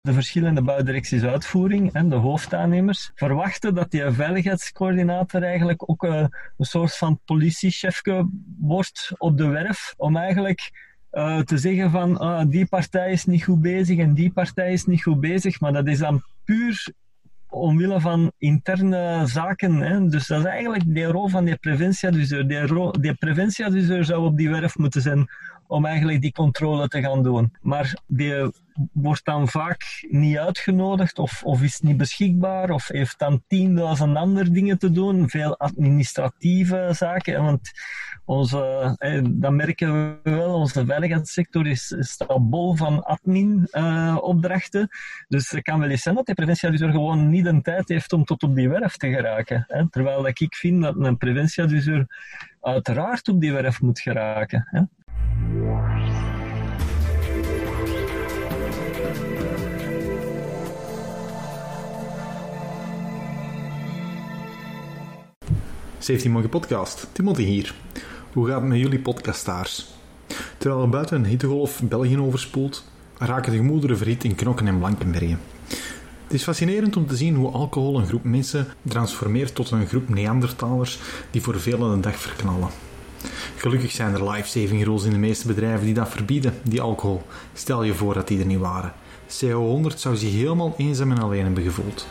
de verschillende bouwdirecties uitvoering en de hoofdaannemers verwachten dat die veiligheidscoördinator eigenlijk ook een soort van politiechefke wordt op de werf, om eigenlijk te zeggen van die partij is niet goed bezig en die partij is niet goed bezig, maar dat is dan puur omwille van interne zaken. Hè. Dus dat is eigenlijk de rol van die preventieadviseur. Die preventieadviseur zou op die werf moeten zijn om eigenlijk die controle te gaan doen. Maar die wordt dan vaak niet uitgenodigd of is niet beschikbaar of heeft dan 10.000 andere dingen te doen, veel administratieve zaken. Want dat merken we wel, onze veiligheidssector staat bol van admin-opdrachten. Dus het kan wel eens zijn dat de preventieadviseur gewoon niet de tijd heeft om tot op die werf te geraken. Hè. Terwijl ik vind dat een preventieadviseur uiteraard op die werf moet geraken. Hè. Safety Monkey Podcast, Timothy hier. Hoe gaat het met jullie podcastaars? Terwijl er buiten een hittegolf België overspoelt, raken de gemoederen verhit in Knokken en Blankenbergen. Het is fascinerend om te zien hoe alcohol een groep mensen transformeert tot een groep Neandertalers die voor velen de dag verknallen. Gelukkig zijn er life-saving rules in de meeste bedrijven die dat verbieden, die alcohol. Stel je voor dat die er niet waren. CO100 zou zich helemaal eenzaam en alleen hebben gevoeld.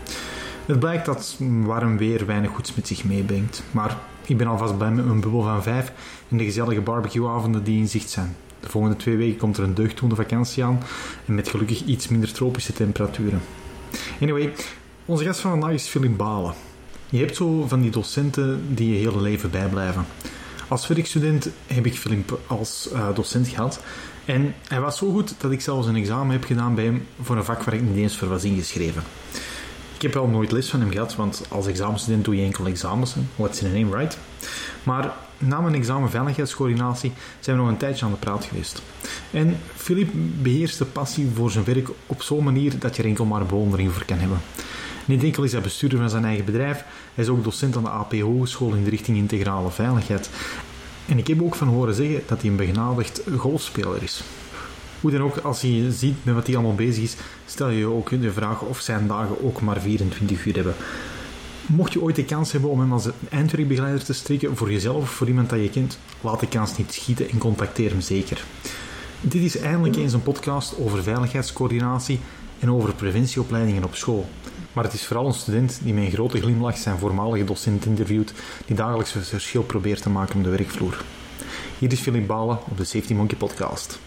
Het blijkt dat warm weer weinig goeds met zich meebrengt, maar ik ben alvast blij met mijn bubbel van 5 en de gezellige barbecueavonden die in zicht zijn. De volgende 2 weken komt er een deugddoende vakantie aan en met gelukkig iets minder tropische temperaturen. Anyway, onze gast van vandaag is Philip Balen. Je hebt zo van die docenten die je hele leven bijblijven. Als werkstudent heb ik Philip als docent gehad en hij was zo goed dat ik zelfs een examen heb gedaan bij hem voor een vak waar ik niet eens voor was ingeschreven. Ik heb wel nooit les van hem gehad, want als examenstudent doe je enkel examens. What's in a name, right? Maar na mijn examen veiligheidscoördinatie zijn we nog een tijdje aan de praat geweest. En Philip beheerst de passie voor zijn werk op zo'n manier dat je er enkel maar bewondering voor kan hebben. Niet enkel is hij bestuurder van zijn eigen bedrijf, hij is ook docent aan de AP Hogeschool in de richting integrale veiligheid. En ik heb ook van horen zeggen dat hij een begenadigd golfspeler is. Hoe dan ook, als je ziet met wat hij allemaal bezig is, stel je ook de vraag of zijn dagen ook maar 24 uur hebben. Mocht je ooit de kans hebben om hem als eindwerkbegeleider te strikken voor jezelf of voor iemand dat je kent, laat de kans niet schieten en contacteer hem zeker. Dit is eindelijk eens een podcast over veiligheidscoördinatie en over preventieopleidingen op school. Maar het is vooral een student die met een grote glimlach zijn voormalige docent interviewt, die dagelijks het verschil probeert te maken op de werkvloer. Hier is Philip Balen op de Safety Monkey Podcast.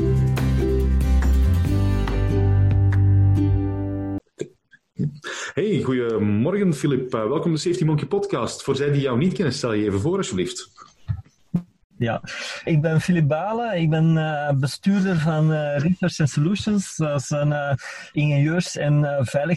Hey, goedemorgen Philip. Welkom op de Safety Monkey Podcast. Voor zij die jou niet kennen, stel je even voor alsjeblieft. Ja, ik ben Philip Balen. Ik ben bestuurder van Research and Solutions. Dat is een ingenieurs- en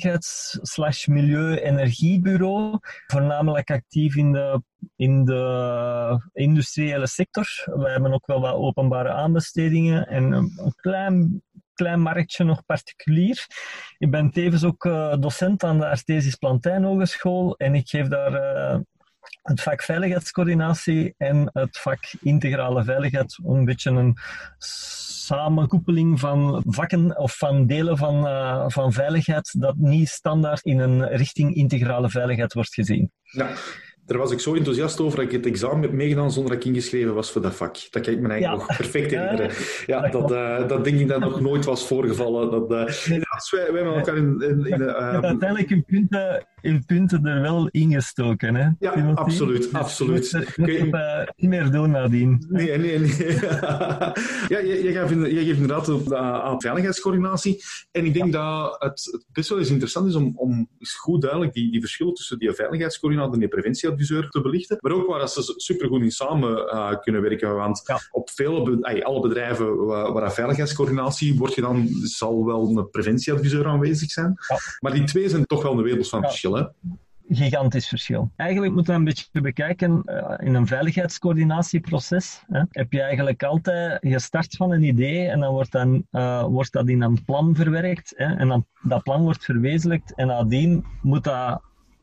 veiligheids/milieu-energiebureau. Voornamelijk actief in de industriële sector. We hebben ook wel wat openbare aanbestedingen en een klein marktje nog particulier. Ik ben tevens ook docent aan de Artesisch Plantijn Hogeschool en ik geef daar het vak veiligheidscoördinatie en het vak integrale veiligheid, een beetje een samenkoepeling van vakken of van delen van veiligheid dat niet standaard in een richting integrale veiligheid wordt gezien. Ja. Daar was ik zo enthousiast over dat ik het examen heb meegedaan zonder dat ik ingeschreven was voor dat vak. Dat kan ik me eigenlijk nog perfect herinneren. Ja, dat denk ik dat nog nooit was voorgevallen. Wij met elkaar uiteindelijk uw punten er wel ingestoken, hè? Ja, Timothy? absoluut. Je moet niet meer doen nadien. Nee. Ja, jij geeft inderdaad aan veiligheidscoördinatie. En ik denk dat het best wel eens interessant is om eens goed duidelijk die verschillen tussen die veiligheidscoördinator en die preventieadviseur te belichten. Maar ook waar ze supergoed in samen kunnen werken. Want op alle bedrijven waar veiligheidscoördinatie wordt gedaan, zal wel een preventieadviseur aanwezig zijn. Ja. Maar die twee zijn toch wel een wereld van verschil. Hè? Gigantisch verschil. Eigenlijk moet je een beetje bekijken, in een veiligheidscoördinatieproces heb je eigenlijk altijd, je start van een idee en dan wordt dat in een plan verwerkt en dan dat plan wordt verwezenlijkt en nadien moet dat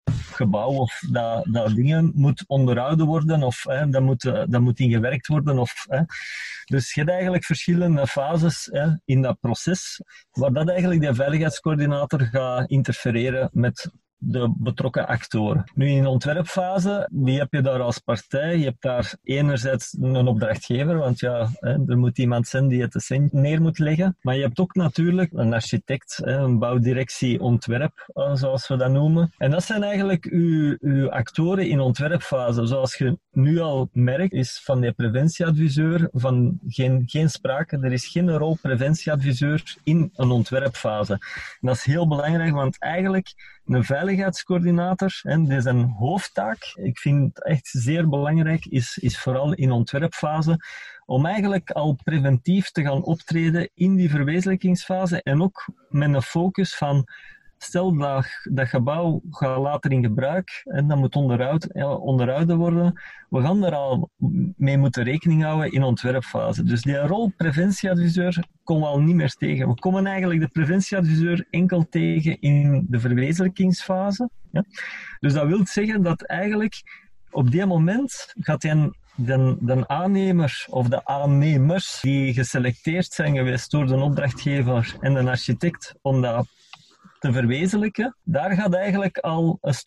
gebouw of dat dingen moet onderhouden worden of dat moet ingewerkt worden. Dus je hebt eigenlijk verschillende fases in dat proces waar dat eigenlijk de veiligheidscoördinator gaat interfereren met de betrokken actoren. Nu, in de ontwerpfase, wie heb je daar als partij? Je hebt daar enerzijds een opdrachtgever, want er moet iemand zijn die het de cent neer moet leggen. Maar je hebt ook natuurlijk een architect, een bouwdirectie ontwerp, zoals we dat noemen. En dat zijn eigenlijk uw actoren in ontwerpfase. Zoals je nu al merkt, is van die preventieadviseur van geen sprake. Er is geen rol preventieadviseur in een ontwerpfase. En dat is heel belangrijk, want eigenlijk een veiligheidscoördinator, en dat is een hoofdtaak. Ik vind het echt zeer belangrijk, is vooral in ontwerpfase, om eigenlijk al preventief te gaan optreden in die verwezenlijkingsfase en ook met een focus van, stel dat gebouw gaat later in gebruik en dat moet onderhouden worden, we gaan er al mee moeten rekening houden in ontwerpfase. Dus die rol preventieadviseur komen we al niet meer tegen. We komen eigenlijk de preventieadviseur enkel tegen in de verwezenlijkingsfase. Ja? Dus dat wil zeggen dat eigenlijk op die moment gaat de aannemer of de aannemers die geselecteerd zijn geweest door de opdrachtgever en de architect om dat te verwezenlijken, daar gaat eigenlijk al een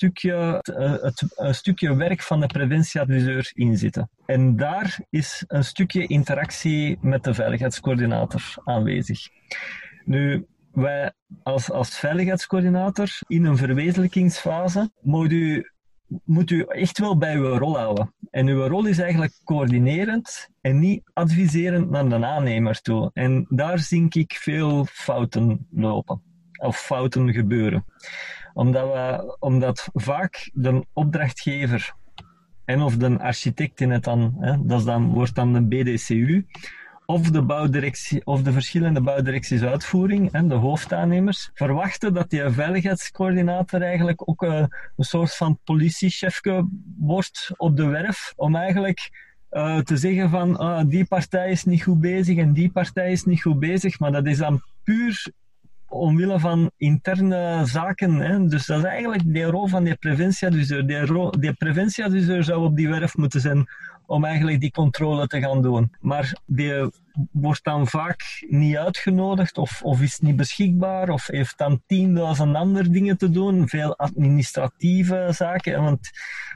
stukje werk van de preventieadviseur in zitten. En daar is een stukje interactie met de veiligheidscoördinator aanwezig. Nu, wij als veiligheidscoördinator in een verwezenlijkingsfase moet u echt wel bij uw rol houden. En uw rol is eigenlijk coördinerend en niet adviserend naar de aannemer toe. En daar zie ik veel fouten lopen. Of fouten gebeuren. Omdat vaak de opdrachtgever en of de architect in het wordt dan de BDCU, of de bouwdirectie, of de verschillende bouwdirecties uitvoering, de hoofdaannemers, verwachten dat die veiligheidscoördinator eigenlijk ook een soort van politiechefke wordt op de werf, om eigenlijk te zeggen van die partij is niet goed bezig en die partij is niet goed bezig, maar dat is dan puur omwille van interne zaken. Hè. Dus dat is eigenlijk de rol van die preventieadviseur. Die preventieadviseur zou op die werf moeten zijn om eigenlijk die controle te gaan doen. Maar die wordt dan vaak niet uitgenodigd of is niet beschikbaar of heeft dan 10.000 andere dingen te doen. Veel administratieve zaken. Want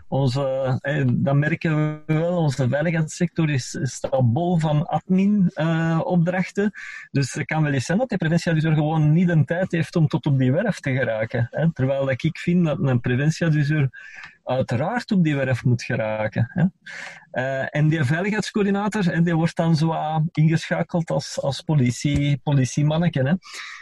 dat merken we wel, onze veiligheidssector staat bol van admin-opdrachten. Dus het kan wel eens zijn dat de preventieadviseur gewoon niet de tijd heeft om tot op die werf te geraken. Hè. Terwijl ik vind dat een preventieadviseur uiteraard op die werf moet geraken. Hè. En die veiligheidscoördinator, die wordt dan zo ingeschakeld als politiemanneke. Hè.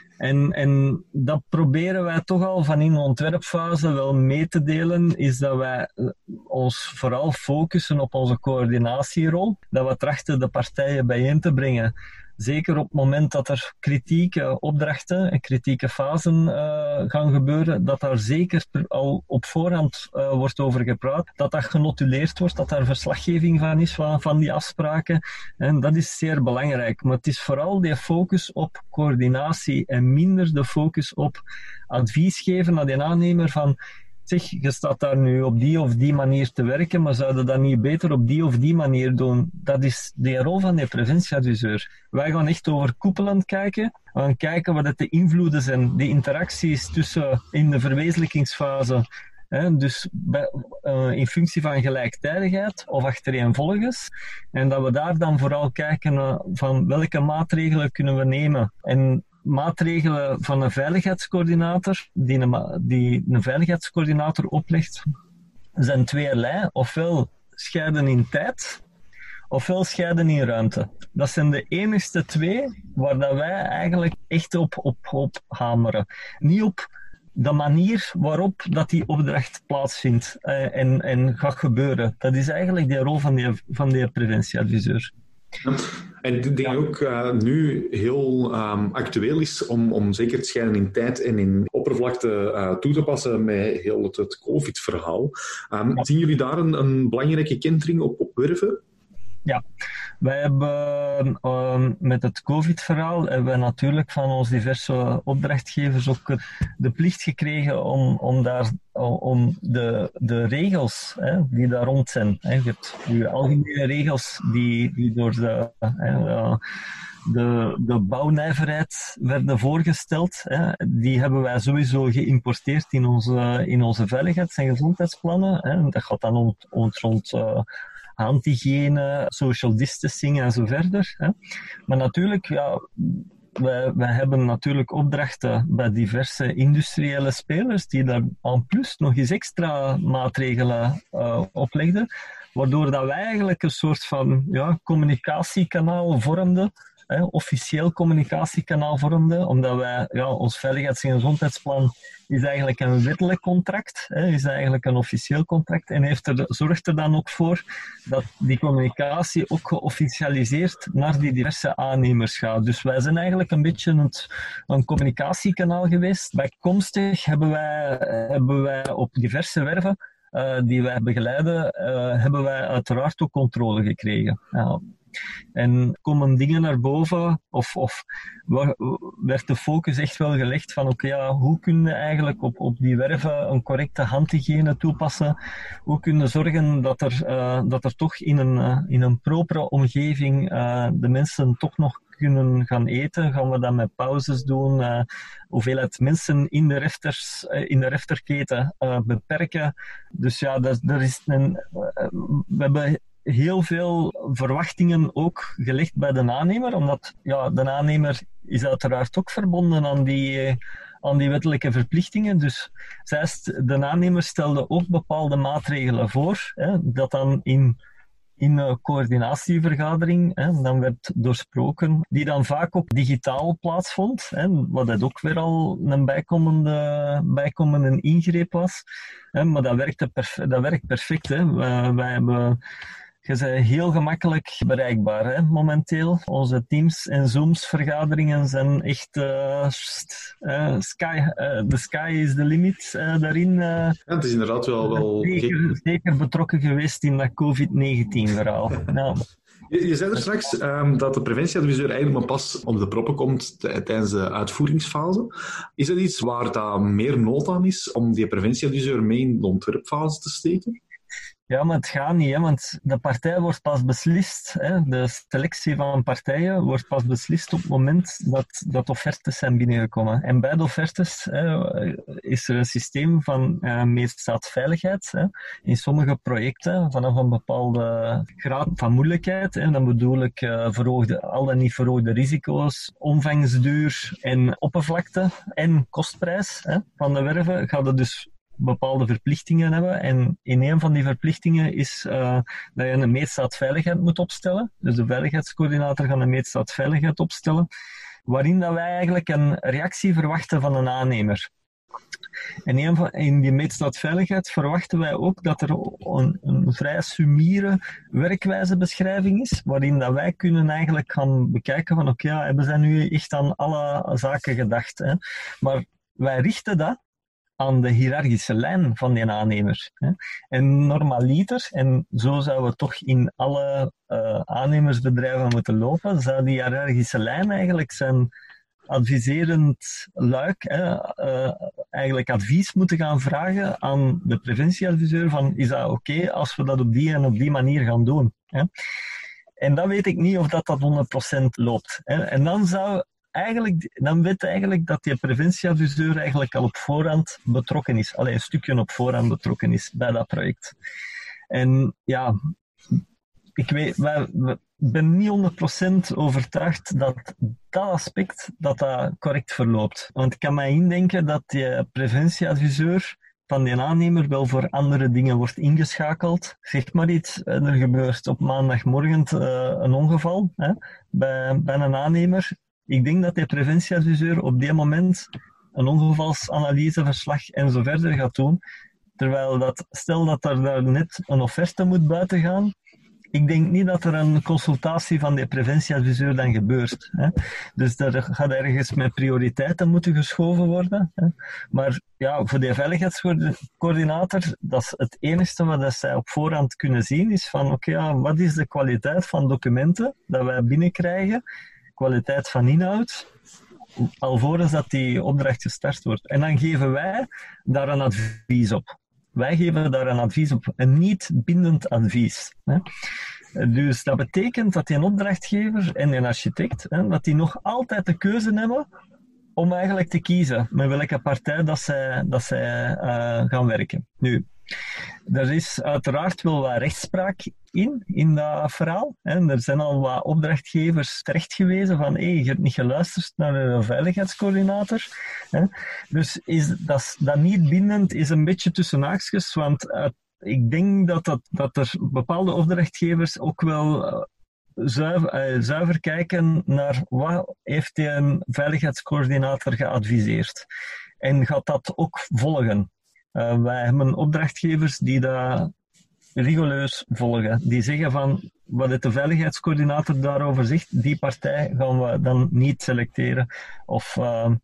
En dat proberen wij toch al van in de ontwerpfase wel mee te delen, is dat wij ons vooral focussen op onze coördinatierol, dat we trachten de partijen bijeen te brengen. Zeker op het moment dat er kritieke opdrachten en kritieke fasen gaan gebeuren, dat daar zeker al op voorhand wordt over gepraat, dat genotuleerd wordt, dat daar verslaggeving van is van die afspraken. En dat is zeer belangrijk. Maar het is vooral die focus op coördinatie en minder de focus op advies geven aan die aannemer van zeg, je staat daar nu op die of die manier te werken, maar zouden dat niet beter op die of die manier doen? Dat is de rol van de preventieadviseur. Wij gaan echt overkoepelend kijken. We gaan kijken wat de invloeden zijn, de interacties tussen in de verwezenlijkingsfase, dus in functie van gelijktijdigheid of achtereenvolgens. En dat we daar dan vooral kijken van welke maatregelen kunnen we nemen. En maatregelen van een veiligheidscoördinator die een veiligheidscoördinator oplegt, zijn tweeërlei. Ofwel scheiden in tijd, ofwel scheiden in ruimte. Dat zijn de enigste twee waar dat wij eigenlijk echt op hameren. Niet op de manier waarop dat die opdracht plaatsvindt en gaat gebeuren. Dat is eigenlijk de rol van die preventieadviseur. En ik denk ook nu heel actueel is om zeker het scheiden in tijd en in oppervlakte toe te passen met heel het COVID-verhaal. Zien jullie daar een belangrijke kentering op werven? Ja, wij hebben met het COVID-verhaal hebben we natuurlijk van onze diverse opdrachtgevers ook de plicht gekregen om de regels die daar rond zijn. Je hebt je algemene regels die door de bouwnijverheid werden voorgesteld. Die hebben wij sowieso geïmporteerd in onze veiligheids- en gezondheidsplannen. Dat gaat dan rond handhygiëne, social distancing en zo verder. Maar natuurlijk, wij hebben natuurlijk opdrachten bij diverse industriële spelers die daar aan plus nog eens extra maatregelen oplegden, waardoor dat wij eigenlijk een soort van communicatiekanaal vormden, officieel communicatiekanaal vormden, omdat wij, ons veiligheids- en gezondheidsplan is eigenlijk een wettelijk contract, is eigenlijk een officieel contract en zorgt er dan ook voor dat die communicatie ook geofficialiseerd naar die diverse aannemers gaat. Dus wij zijn eigenlijk een beetje een communicatiekanaal geweest. Bijkomstig hebben wij op diverse werven die wij begeleiden, hebben wij uiteraard ook controle gekregen. En komen dingen naar boven, of werd de focus echt wel gelegd van hoe kun je eigenlijk op die werven een correcte handhygiëne toepassen? Hoe kun je zorgen dat er toch in een propere omgeving de mensen toch nog kunnen gaan eten? Gaan we dat met pauzes doen? Hoeveelheid mensen in de refterketen beperken? Dus we hebben heel veel verwachtingen ook gelegd bij de aannemer, omdat de aannemer is uiteraard ook verbonden aan die wettelijke verplichtingen. Dus de aannemer stelde ook bepaalde maatregelen voor, dat dan in een coördinatievergadering dan werd doorsproken, die dan vaak ook digitaal plaatsvond, wat dat ook weer al een bijkomende ingreep was. Maar dat werkt perfect. Wij hebben... Je bent heel gemakkelijk bereikbaar momenteel. Onze Teams en Zooms vergaderingen zijn echt the sky is the limit daarin. Het is inderdaad wel zeker betrokken geweest in dat COVID-19-verhaal. Je zei er straks dat de preventieadviseur eigenlijk maar pas op de proppen komt tijdens de uitvoeringsfase. Is dat iets waar daar meer nood aan is om die preventieadviseur mee in de ontwerpfase te steken? Ja, maar het gaat niet, want de partij wordt pas beslist. De selectie van partijen wordt pas beslist op het moment dat offertes zijn binnengekomen. En bij de offertes is er een systeem van meetstaatsveiligheid. In sommige projecten vanaf een bepaalde graad van moeilijkheid. Dan bedoel ik al dan niet verhoogde risico's, omvangsduur en oppervlakte en kostprijs van de werven. Gaat het dus bepaalde verplichtingen hebben. En in een van die verplichtingen is dat je een meetstaatveiligheid moet opstellen. Dus de veiligheidscoördinator gaat een meetstaatveiligheid opstellen, waarin dat wij eigenlijk een reactie verwachten van een aannemer. En in die meetstaatveiligheid verwachten wij ook dat er een vrij summiere werkwijzebeschrijving is, waarin dat wij kunnen eigenlijk gaan bekijken van hebben zij nu echt aan alle zaken gedacht. Maar wij richten dat aan de hiërarchische lijn van die aannemer. En normaliter, en zo zouden we toch in alle aannemersbedrijven moeten lopen, zou die hiërarchische lijn eigenlijk zijn adviserend luik, eigenlijk advies moeten gaan vragen aan de preventieadviseur van is dat oké als we dat op die en op die manier gaan doen? En dan weet ik niet of dat 100% loopt. En dan weet eigenlijk dat die preventieadviseur eigenlijk al op voorhand betrokken is. Alleen een stukje op voorhand betrokken is bij dat project. En ja, ik ben niet 100% overtuigd dat aspect dat correct verloopt. Want ik kan mij indenken dat die preventieadviseur van die aannemer wel voor andere dingen wordt ingeschakeld. Zeg maar iets, er gebeurt op maandagmorgen een ongeval bij een aannemer. Ik denk dat de preventieadviseur op die moment een ongevalsanalyseverslag en zo verder gaat doen. Terwijl stel dat er daar net een offerte moet buiten gaan, ik denk niet dat er een consultatie van de preventieadviseur dan gebeurt. Hè. Dus er gaat ergens met prioriteiten moeten geschoven worden. Hè. Maar ja, voor de veiligheidscoördinator, dat is het enige wat zij op voorhand kunnen zien, is van oké, wat is de kwaliteit van documenten dat wij binnenkrijgen, kwaliteit van inhoud, alvorens dat die opdracht gestart wordt. En dan geven wij daar een advies op. Wij geven daar een advies op, een niet bindend advies. Hè. Dus dat betekent dat die een opdrachtgever en een architect, hè, dat die nog altijd de keuze hebben om eigenlijk te kiezen met welke partij dat zij gaan werken. Nu, er is uiteraard wel wat rechtspraak in dat verhaal. Hè. Er zijn al wat opdrachtgevers terecht gewezen van je hebt niet geluisterd naar een veiligheidscoördinator. Hè. Dus dat niet bindend is een beetje tussen haakjes, want ik denk dat er bepaalde opdrachtgevers ook wel zuiver kijken naar wat heeft een veiligheidscoördinator geadviseerd. En gaat dat ook volgen. Wij hebben opdrachtgevers die dat rigoureus volgen. Die zeggen van, wat de veiligheidscoördinator daarover zegt, die partij gaan we dan niet selecteren. Of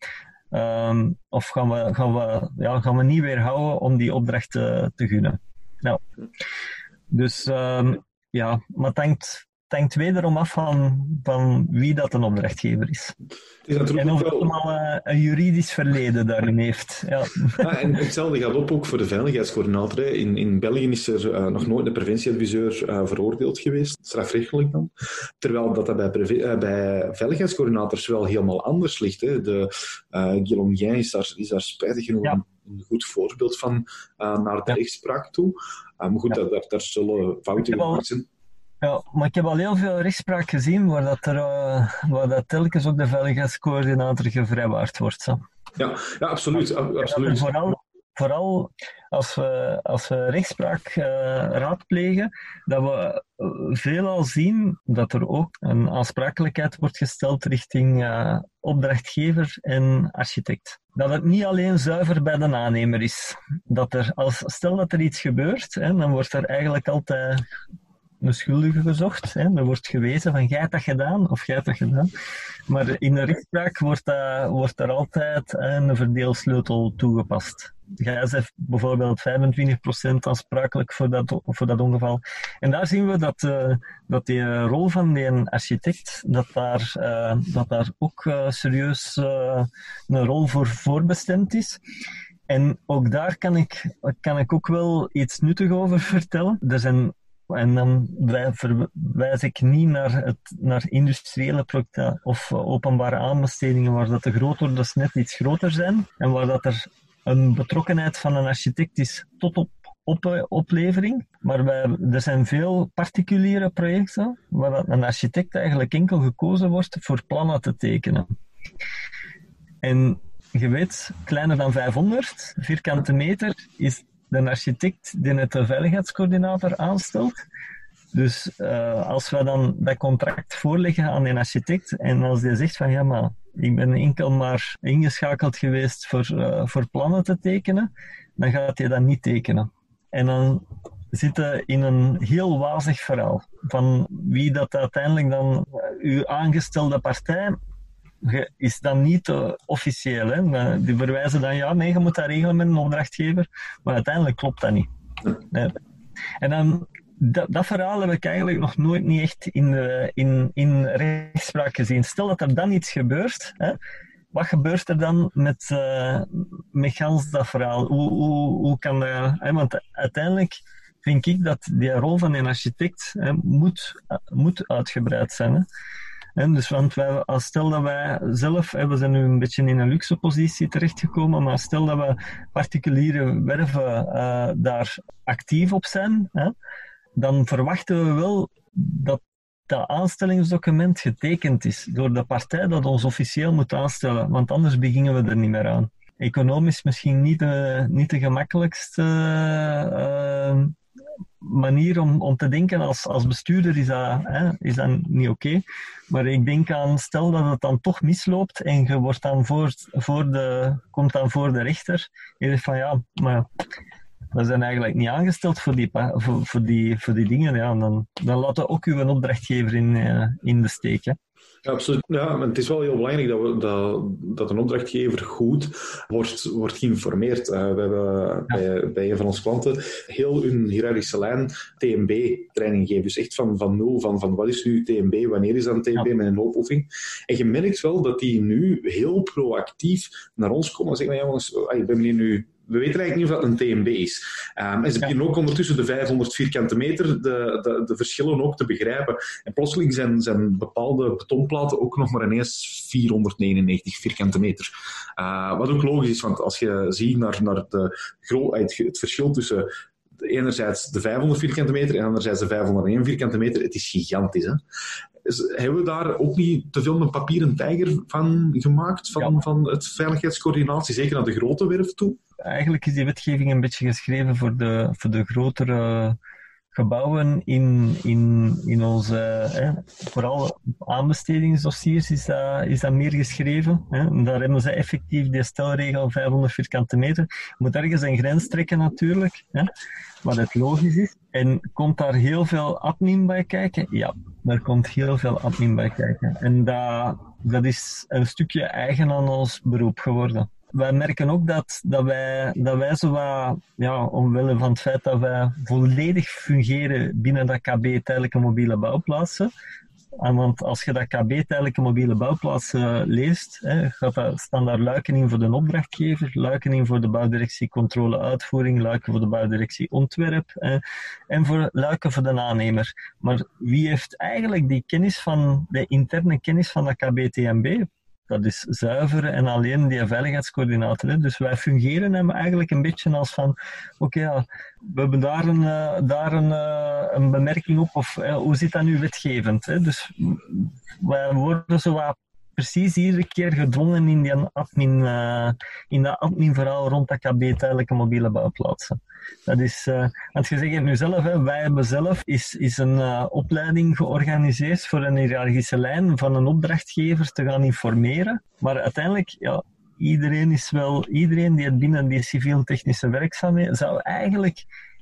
gaan we niet weerhouden om die opdracht te gunnen. Nou, dus maar het hangt wederom af van wie dat een opdrachtgever is. En of het allemaal een juridisch verleden daarin heeft. Ja. Ja, en hetzelfde gaat op ook voor de veiligheidscoördinator. Hè. In België is er nog nooit een preventieadviseur veroordeeld geweest, strafrechtelijk dan. Terwijl dat bij veiligheidscoördinators wel helemaal anders ligt. Hè. Guillaume Guin is daar spijtig genoeg een goed voorbeeld van naar de rechtspraak toe. Maar goed, daar zullen fouten gemaakt zijn. Ja, maar ik heb al heel veel rechtspraak gezien waar dat telkens ook de veiligheidscoördinator gevrijwaard wordt. Zo. Ja, absoluut. Absoluut. Vooral als we rechtspraak raadplegen, dat we veelal zien dat er ook een aansprakelijkheid wordt gesteld richting opdrachtgever en architect. Dat het niet alleen zuiver bij de aannemer is. Stel dat er iets gebeurt, dan wordt er eigenlijk altijd een schuldige gezocht. Hè. Er wordt gewezen van, jij hebt dat gedaan of jij hebt dat gedaan. Maar in de rechtspraak wordt er altijd een verdeelsleutel toegepast. Jij zegt bijvoorbeeld 25% aansprakelijk voor dat ongeval. En daar zien we dat die rol van die architect, dat daar ook serieus een rol voor voorbestemd is. En ook daar kan ik ook wel iets nuttigs over vertellen. En dan verwijs ik niet naar industriële projecten of openbare aanbestedingen waar dat de grootorders net iets groter zijn en waar dat er een betrokkenheid van een architect is tot op oplevering. Maar er zijn veel particuliere projecten waar een architect eigenlijk enkel gekozen wordt voor plannen te tekenen. En je weet, kleiner dan 500 vierkante meter is de architect die het de veiligheidscoördinator aanstelt. Dus als we dan dat contract voorleggen aan een architect en als die zegt van ja, maar ik ben enkel maar ingeschakeld geweest voor plannen te tekenen, dan gaat hij dat niet tekenen. En dan zitten in een heel wazig verhaal van wie dat uiteindelijk dan uw aangestelde partij is dan niet officieel. Hè? Die verwijzen dan, nee, je moet dat regelen met een opdrachtgever, maar uiteindelijk klopt dat niet. Nee. En dan, dat verhaal heb ik eigenlijk nog nooit niet echt in rechtspraak gezien. Stel dat er dan iets gebeurt, hè? Wat gebeurt er dan met gans dat verhaal? Hoe kan dat... Hè? Want uiteindelijk vind ik dat die rol van een architect moet uitgebreid zijn. Hè? En dus, want stel dat wij zelf, we zijn nu een beetje in een luxe positie terechtgekomen, maar stel dat we particuliere werven daar actief op zijn, dan verwachten we wel dat dat aanstellingsdocument getekend is door de partij dat ons officieel moet aanstellen, want anders beginnen we er niet meer aan. Economisch misschien niet de gemakkelijkste manier om te denken als bestuurder is dat niet oké. Maar ik denk aan, stel dat het dan toch misloopt en je wordt dan komt dan voor de rechter en je zegt van ja, maar we zijn eigenlijk niet aangesteld voor die dingen. Ja, dan laat je ook uw opdrachtgever in de steek. Hè. Ja, absoluut. Ja, maar het is wel heel belangrijk dat een opdrachtgever goed wordt geïnformeerd. We hebben bij een van onze klanten heel hun hiërarchische lijn TMB-training gegeven. Dus echt van nul, van wat is nu TMB, wanneer is dan TMB met een loopoefening. En je merkt wel dat die nu heel proactief naar ons komen en zeggen, ja jongens, ik ben hier nu... We weten eigenlijk niet of dat een TMB is. En ze beginnen ook ondertussen de 500 vierkante meter de verschillen ook te begrijpen. En plotseling zijn bepaalde betonplaten ook nog maar ineens 499 vierkante meter. Wat ook logisch is, want als je ziet naar het verschil tussen enerzijds de 500 vierkante meter en anderzijds de 501 vierkante meter, het is gigantisch. Hè? Hebben we daar ook niet te veel een papieren tijger van gemaakt, van het veiligheidscoördinatie, zeker naar de grote werf toe? Eigenlijk is die wetgeving een beetje geschreven voor de grotere gebouwen in onze, vooral aanbestedingsdossiers is dat meer geschreven. Hè. Daar hebben ze effectief die stelregel 500 vierkante meter. Je moet ergens een grens trekken natuurlijk, hè, wat het logisch is. En komt daar heel veel admin bij kijken? Ja, daar komt heel veel admin bij kijken. En dat is een stukje eigen aan ons beroep geworden. Wij merken ook dat wij zo wat, omwille van het feit dat wij volledig fungeren binnen dat KB tijdelijke mobiele bouwplaatsen. Want als je dat KB tijdelijke mobiele bouwplaatsen leest, staan daar luiken in voor de opdrachtgever, luiken in voor de bouwdirectie controle uitvoering, luiken voor de bouwdirectie ontwerp en luiken voor de aannemer. Maar wie heeft eigenlijk de interne kennis van dat KB-TMB? Dat is zuiver en alleen die veiligheidscoördinator. Hè. Dus wij fungeren hem eigenlijk een beetje als van... we hebben daar een bemerking op. Of hoe zit dat nu wetgevend? Hè? Dus wij worden zo wat precies iedere keer gedwongen in dat admin-verhaal rond dat KB tijdelijke mobiele bouwplaatsen. Dat is, want je zegt nu zelf, wij hebben zelf is een opleiding georganiseerd voor een hiërarchische lijn van een opdrachtgever te gaan informeren. Maar uiteindelijk, iedereen die het binnen die civiel-technische werkzaamheden zou eigenlijk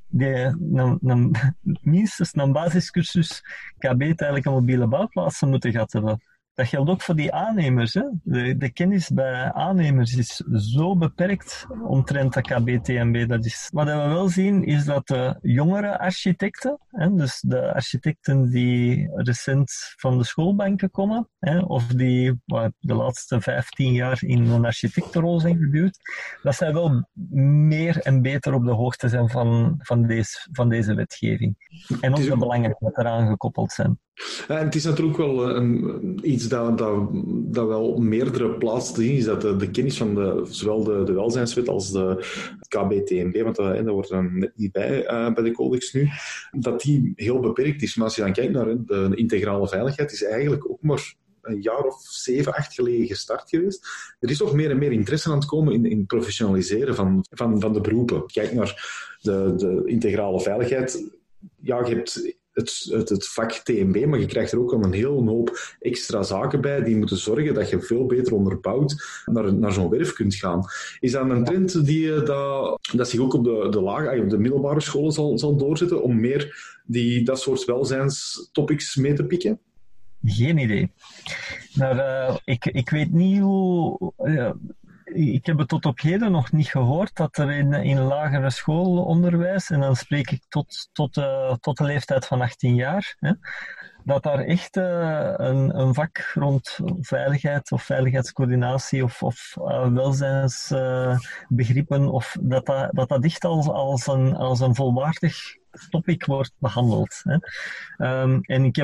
minstens een basiscursus KB tijdelijke mobiele bouwplaatsen moeten gehad hebben. Dat geldt ook voor die aannemers. Hè. De kennis bij aannemers is zo beperkt omtrent de KB-TMB. Wat we wel zien is dat de jongere architecten, dus de architecten die recent van de schoolbanken komen, of die de laatste 15 jaar in een architectenrol zijn geduwd, dat zij wel meer en beter op de hoogte zijn van deze wetgeving. En ook de belangen die eraan gekoppeld zijn. En het is natuurlijk wel iets dat wel meerdere plaatsen te zien is, dat de kennis van zowel de welzijnswet als de KB-TMB, want dat wordt er net niet bij de codex nu, dat die heel beperkt is. Maar als je dan kijkt naar de integrale veiligheid, is eigenlijk ook maar een jaar of 7, 8 geleden gestart geweest. Er is toch meer en meer interesse aan het komen in het professionaliseren van de beroepen. Kijk naar de integrale veiligheid. Ja, je hebt het vak TMB, maar je krijgt er ook al een hele hoop extra zaken bij die moeten zorgen dat je veel beter onderbouwd naar zo'n werf kunt gaan. Is dat een trend dat zich ook op de middelbare scholen zal doorzetten om meer dat soort welzijnstopics mee te pikken? Geen idee. Maar ik weet niet hoe... Ik heb het tot op heden nog niet gehoord dat er in lagere schoolonderwijs, en dan spreek ik tot de leeftijd van 18 jaar, dat daar echt een vak rond veiligheid of veiligheidscoördinatie of welzijnsbegrippen, dat echt als een volwaardig topic wordt behandeld. En ik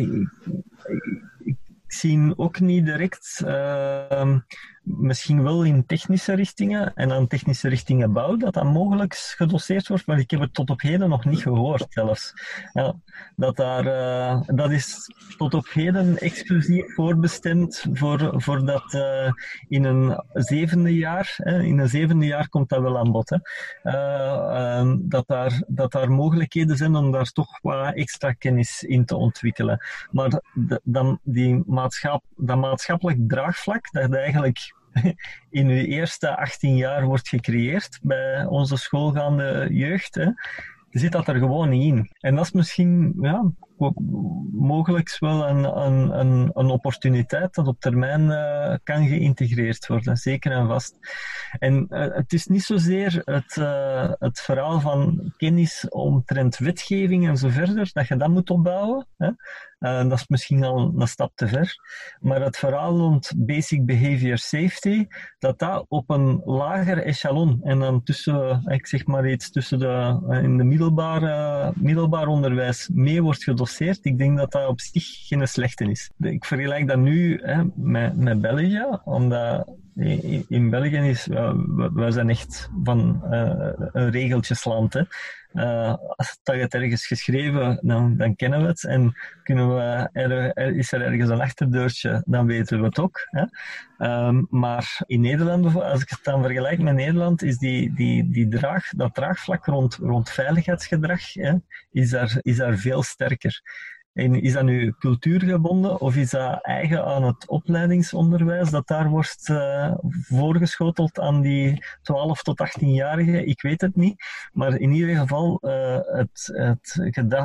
zie ook niet direct, misschien wel in technische richtingen en aan technische richtingen bouw, dat mogelijk gedoseerd wordt, maar ik heb het tot op heden nog niet gehoord zelfs. Ja, dat is tot op heden exclusief voorbestemd voor dat in een zevende jaar komt dat wel aan bod. Dat daar mogelijkheden zijn om daar toch wat extra kennis in te ontwikkelen. Maar dat maatschappelijk draagvlak, dat eigenlijk in je eerste 18 jaar wordt gecreëerd bij onze schoolgaande jeugd, hè, zit dat er gewoon niet in. En dat is misschien mogelijk wel een opportuniteit dat op termijn kan geïntegreerd worden, zeker en vast. En het is niet zozeer het verhaal van kennis omtrent wetgeving en zo verder, dat je dat moet opbouwen. Hè. Dat is misschien al een stap te ver. Maar het verhaal rond basic behavior safety, dat op een lager echelon en dan tussen, ik zeg maar iets tussen in de middelbaar onderwijs mee wordt gedoseerd, ik denk dat dat op zich geen slechte is. Ik vergelijk dat nu met België, omdat in België is, wij zijn echt van een regeltjesland. Hè. Als je het ergens geschreven, dan kennen we het. En is er ergens een achterdeurtje, dan weten we het ook. Hè. Maar in Nederland, als ik het dan vergelijk met Nederland, is dat draagvlak rond veiligheidsgedrag, hè, is daar veel sterker. En is dat nu cultuurgebonden of is dat eigen aan het opleidingsonderwijs dat daar wordt voorgeschoteld aan die 12 tot 18-jarigen? Ik weet het niet. Maar in ieder geval het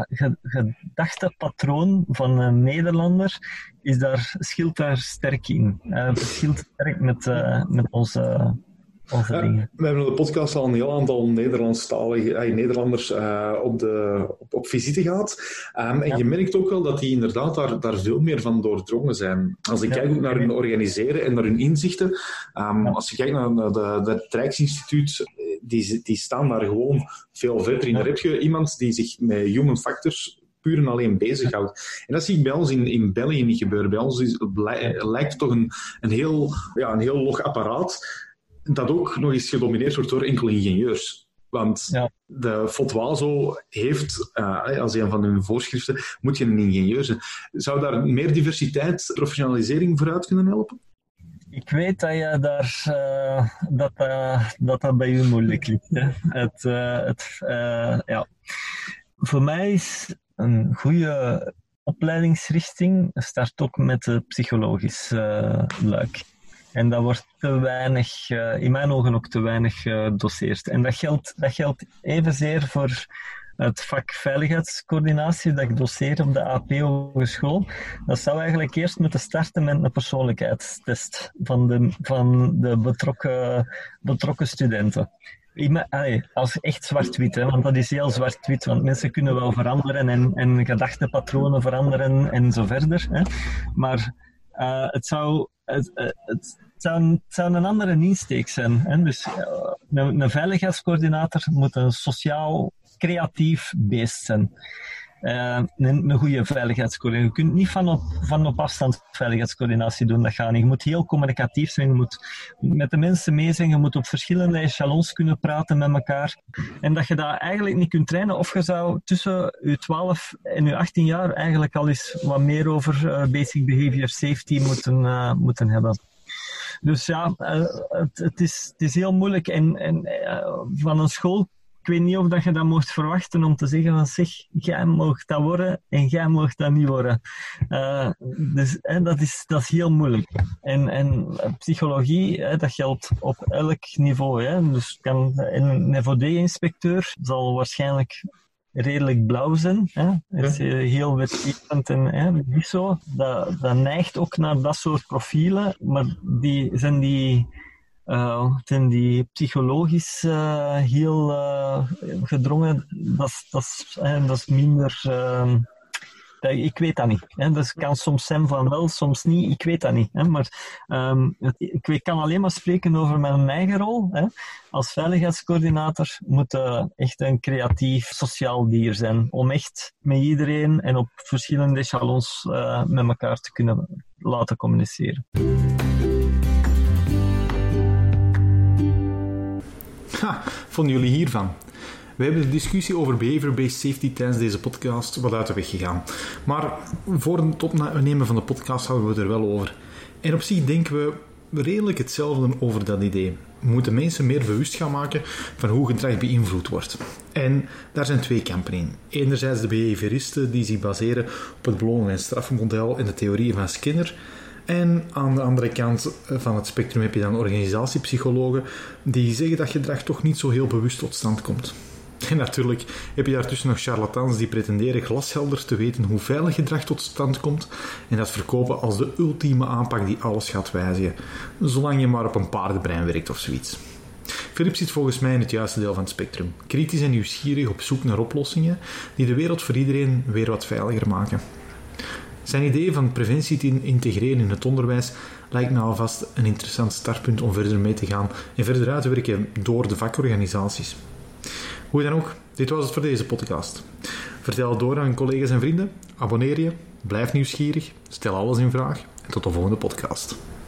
gedachtepatroon van een Nederlander scheelt daar sterk in. Verschilt sterk met onze dingen. We hebben op de podcast al een heel aantal Nederlanders op visite gehad. En je merkt ook wel dat die inderdaad daar veel meer van doordrongen zijn. Als ik kijk ook naar hun organiseren en naar hun inzichten. Als je kijkt naar het Rijksinstituut, die staan daar gewoon veel verder in. Daar heb je iemand die zich met human factors puur en alleen bezighoudt. En dat zie ik bij ons in België niet gebeuren. Bij ons lijkt het toch een heel log apparaat dat ook nog eens gedomineerd wordt door enkele ingenieurs. Want de Fotwazo heeft, als een van hun voorschriften, moet je een ingenieur zijn. Zou daar meer diversiteit, professionalisering vooruit kunnen helpen? Ik weet dat je dat bij u moeilijk ligt. Hè. Voor mij is een goede opleidingsrichting start ook met de psychologisch luik. En dat wordt te weinig, in mijn ogen ook te weinig gedoseerd. En dat geldt evenzeer voor het vak veiligheidscoördinatie dat ik doseer op de AP Hogeschool. Dat zou eigenlijk eerst moeten starten met een persoonlijkheidstest van de betrokken studenten. Als echt zwart-wit, hè, want dat is heel zwart-wit, want mensen kunnen wel veranderen en gedachtepatronen veranderen en zo verder. Hè. Maar het zou een andere insteek zijn. Hè? Dus een veiligheidscoördinator moet een sociaal creatief beest zijn. Een goede veiligheidscoördinator. Je kunt niet van op afstand veiligheidscoördinatie doen, dat gaat niet. Je moet heel communicatief zijn, je moet met de mensen mee zijn, je moet op verschillende echelons kunnen praten met elkaar. En dat je dat eigenlijk niet kunt trainen, of je zou tussen je 12 en je 18 jaar eigenlijk al eens wat meer over basic behavior safety moeten hebben. Dus ja, het is heel moeilijk. En van een school, ik weet niet of dat je dat mocht verwachten om te zeggen van zeg, jij mag dat worden en jij mag dat niet worden. Dus dat is heel moeilijk. En psychologie, dat geldt op elk niveau. Hè. Dus een FOD-inspecteur zal waarschijnlijk redelijk blauw zijn. Hè. Het is heel wetgevend en niet zo. Dat neigt ook naar dat soort profielen, maar zijn die psychologisch heel gedrongen, dat is minder... ik weet dat niet. Hè. Dat kan soms zijn van wel, soms niet. Ik weet dat niet. Hè. Maar ik kan alleen maar spreken over mijn eigen rol. Hè. Als veiligheidscoördinator moet echt een creatief sociaal dier zijn. Om echt met iedereen en op verschillende echelons met elkaar te kunnen laten communiceren. Vonden jullie hiervan? We hebben de discussie over behavior-based safety tijdens deze podcast wat uit de weg gegaan. Maar voor het opnemen van de podcast hadden we het er wel over. En op zich denken we redelijk hetzelfde over dat idee. We moeten mensen meer bewust gaan maken van hoe gedrag beïnvloed wordt. En daar zijn twee kampen in. Enerzijds de behavioristen die zich baseren op het belonen- en strafmodel en de theorieën van Skinner. En aan de andere kant van het spectrum heb je dan organisatiepsychologen die zeggen dat gedrag toch niet zo heel bewust tot stand komt. En natuurlijk heb je daartussen nog charlatans die pretenderen glashelder te weten hoe veilig gedrag tot stand komt en dat verkopen als de ultieme aanpak die alles gaat wijzigen, zolang je maar op een paardenbrein werkt of zoiets. Philip zit volgens mij in het juiste deel van het spectrum. Kritisch en nieuwsgierig op zoek naar oplossingen die de wereld voor iedereen weer wat veiliger maken. Zijn idee van preventie te integreren in het onderwijs lijkt me alvast een interessant startpunt om verder mee te gaan en verder uit te werken door de vakorganisaties. Hoe dan ook, dit was het voor deze podcast. Vertel het door aan collega's en vrienden, abonneer je, blijf nieuwsgierig, stel alles in vraag en tot de volgende podcast.